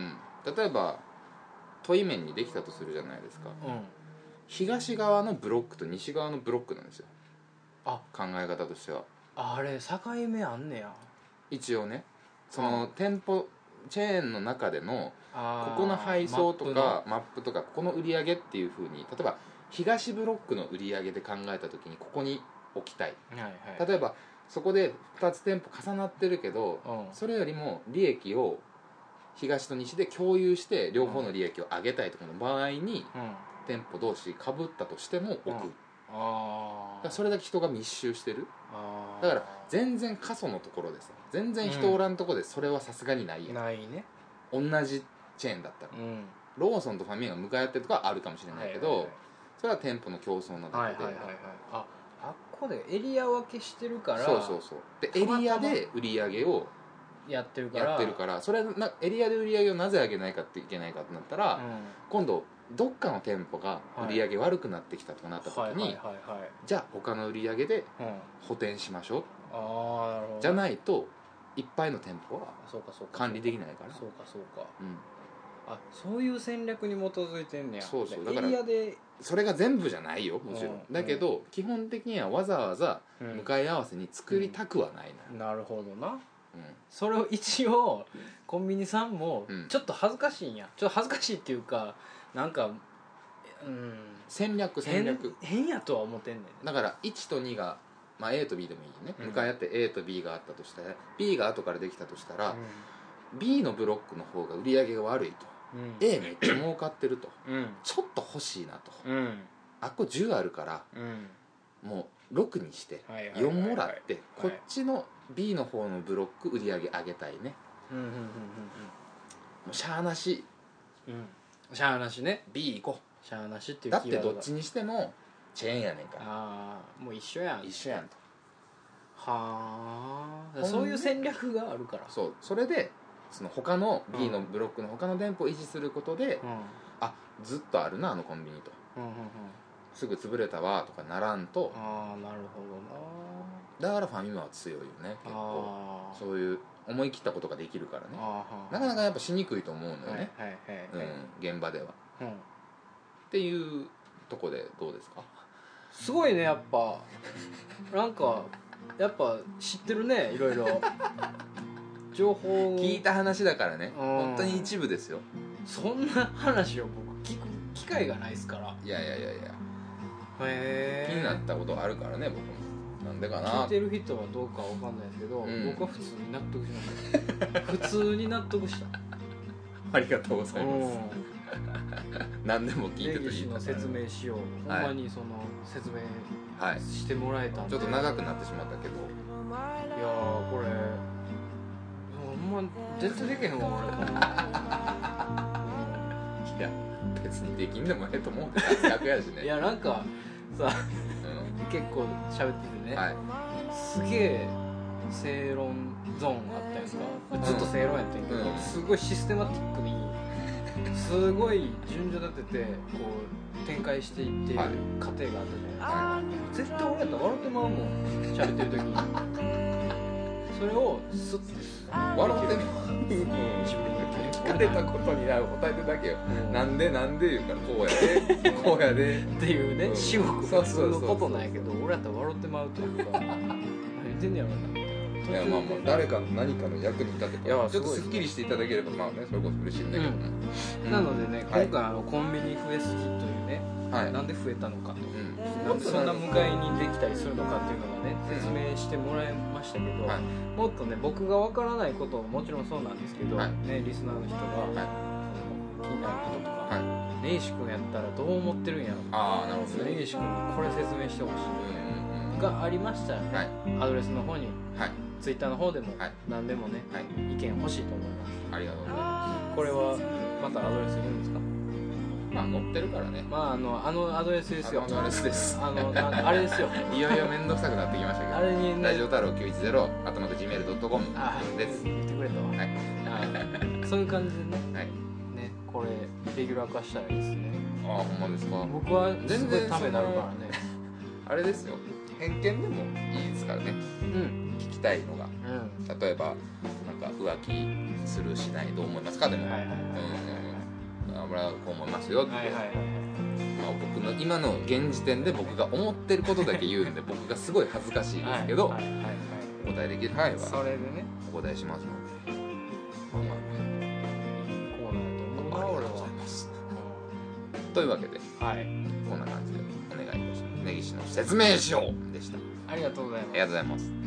例えば問い面にできたとするじゃないですか、うん、東側のブロックと西側のブロックなんですよ。あ、考え方としてはあれ境目あんねや。 一応ね、その店舗チェーンの中でのここの配送とかマップとかここの売り上げっていう風に、例えば東ブロックの売り上げで考えた時にここに置きたい、はいはい、例えばそこでふたつ店舗重なってるけど、うん、それよりも利益を東と西で共有して両方の利益を上げたいとかの場合に、うん、店舗同士被ったとしても置く、うん、あ、だからそれだけ人が密集してる。あ、だから全然過疎のところでさ、全然人おらんところでそれはさすがにないやん、 ないね、 同じチェーンだったら、うん、ローソンとファミマが向かい合ってるとかはあるかもしれないけど、はいはいはい、それは店舗の競争なだけで、はいはいはいはい、 あ、あっこでエリア分けしてるから、 そうそうそう、でエリアで売り上げをやってるから、 やってるから、それなエリアで売り上げをなぜ上げないかっていけないかってなったら、うん、今度どっかの店舗が売り上げ悪くなってきたとかなった時に、はいはいはいはい、じゃあ他の売り上げで補填しましょう、うん、あ、なるほど、じゃないといっぱいの店舗は管理できないから。 そうかそうか、うん、あ、そういう戦略に基づいてんねや。 そうそう、だからエリアでそれが全部じゃないよもちろん、うん、だけど、うん、基本的にはわざわざ向かい合わせに作りたくはないの、うん、なるほどな、うん、それを一応コンビニさんもちょっと恥ずかしいんや、ちょっと恥ずかしいっていうか、なんか、うん、 戦略戦略変やとは思ってんねん。 だからいちとにが、まあ、A と B でもいいね、向かい合って A と B があったとして、 B が後からできたとしたら、うん、B のブロックの方が売り上げが悪いと、うん、A めっちゃ儲かってると、うん、ちょっと欲しいなと、うん、あっこじゅうあるから、うん、もうろくにしてよんもらって、こっちの B の方のブロック売り上げ上げたいね、うんうんうんうん、もうしゃあなし、 うん、しゃあなしね、 B 行こう、しゃあなしっていうだってどっちにしてもチェーンやねんから、 ああ、もう一緒やん、 一緒やんと、 はあ、そういう戦略があるから。 そう、それでその他の B のブロックの他の店舗を維持することで、うん、あ、ずっとあるなあのコンビニと、うんうんうん、すぐ潰れたわとかならんと。 ああ、なるほどな。だからファミマは強いよね、結構。そういう思い切ったことができるからね。なかなかやっぱしにくいと思うのよね、はいはいはいはい、うん、現場では、うん、っていうとこでどうですか？ すごいね、やっぱなんかやっぱ知ってるね、いろいろ情報聞いた話だからね、本当に一部ですよ。 そんな話を僕聞く機会がないですから。 いやいやいやいや、 へ気になったことあるからね、僕も。なんでかな。 聞いてる人はどうかわかんないですけど、うん、僕は普通に納得しました普通に納得したありがとうございます。何でも聞いてといいの説明しよう、はい、ほんまにその説明してもらえたんで、 はい、ちょっと長くなってしまったけど、 いやーこれほんま絶対できへんわ俺いや別にできんでもええと思うけど逆やしねいやなんかさ、うん、結構喋っててね、はい、すげえ正論ゾーンあったやんか、ずっと正論やったんやけど、うん、すごいシステマティックにすごい順序立ててこう展開していっている過程があったじゃないですか、はい、絶対俺やったら笑ってまうもん喋ってる時にそれをスッて笑ってまう聞かれたことに答えてだけよ、うん、なんでなんで言うからこうやでこうやでっていうね、至極普通のことなんやけど俺やったら笑ってまうというか何言ってんねやろな。 いやまあまあ誰かの何かの役に立てたらちょっとスッキリしていただければまあねそれこそ嬉しいんだけどね、 うん、なのでね、はい、今回あのコンビニ増えすぎというね、はい、なんで増えたのかと、うん、なんでそんな迎えにできたりするのかっていうのがね説明してもらいましたけど、はい、もっとね僕がわからないことももちろんそうなんですけど、はい、ねリスナーの人が、はい、気になることとか、はい、根岸君やったらどう思ってるんやろ、 ああなるほどね、 根岸君にこれ説明してほしいみたいな、うん、がありましたらね、はい、アドレスの方に、はいツイッターの方でも何でもね、はい、意見欲しいと思います。 ありがとうございます。 これはまたアドレスいるんですか？ まあ載ってるからね。 まああのあのアドレスですよ。 あのアドレスです。 あのあれですよ。 いよいよ面倒くさくなってきましたけど。あれにね、ラジオ太郎きゅういちゼロアットマークジーメールドットコムです。 言ってくれたわ。はい。はい、そういう感じでね。はい。ねこれレギュラー化したらいいですね。 ああほんまですか。 僕は全然ためになるからね。 あれですよ。偏見でもいいですからね。うん。聞きたいのが、うん、例えばなんか浮気するしないどう思いますかでも、はいはいはいはい、俺はこう思いますよって、はいはいはいはい、まあ、僕の今の現時点で僕が思ってることだけ言うんで僕がすごい恥ずかしいですけど、はいはいはいはい、お答えできる範囲はそれでねお答えしますので、まあまあこうなると思うな俺は。 というわけで、はい、こんな感じでお願いいたします。根岸の説明書でした。 ありがとうございます。 ありがとうございます。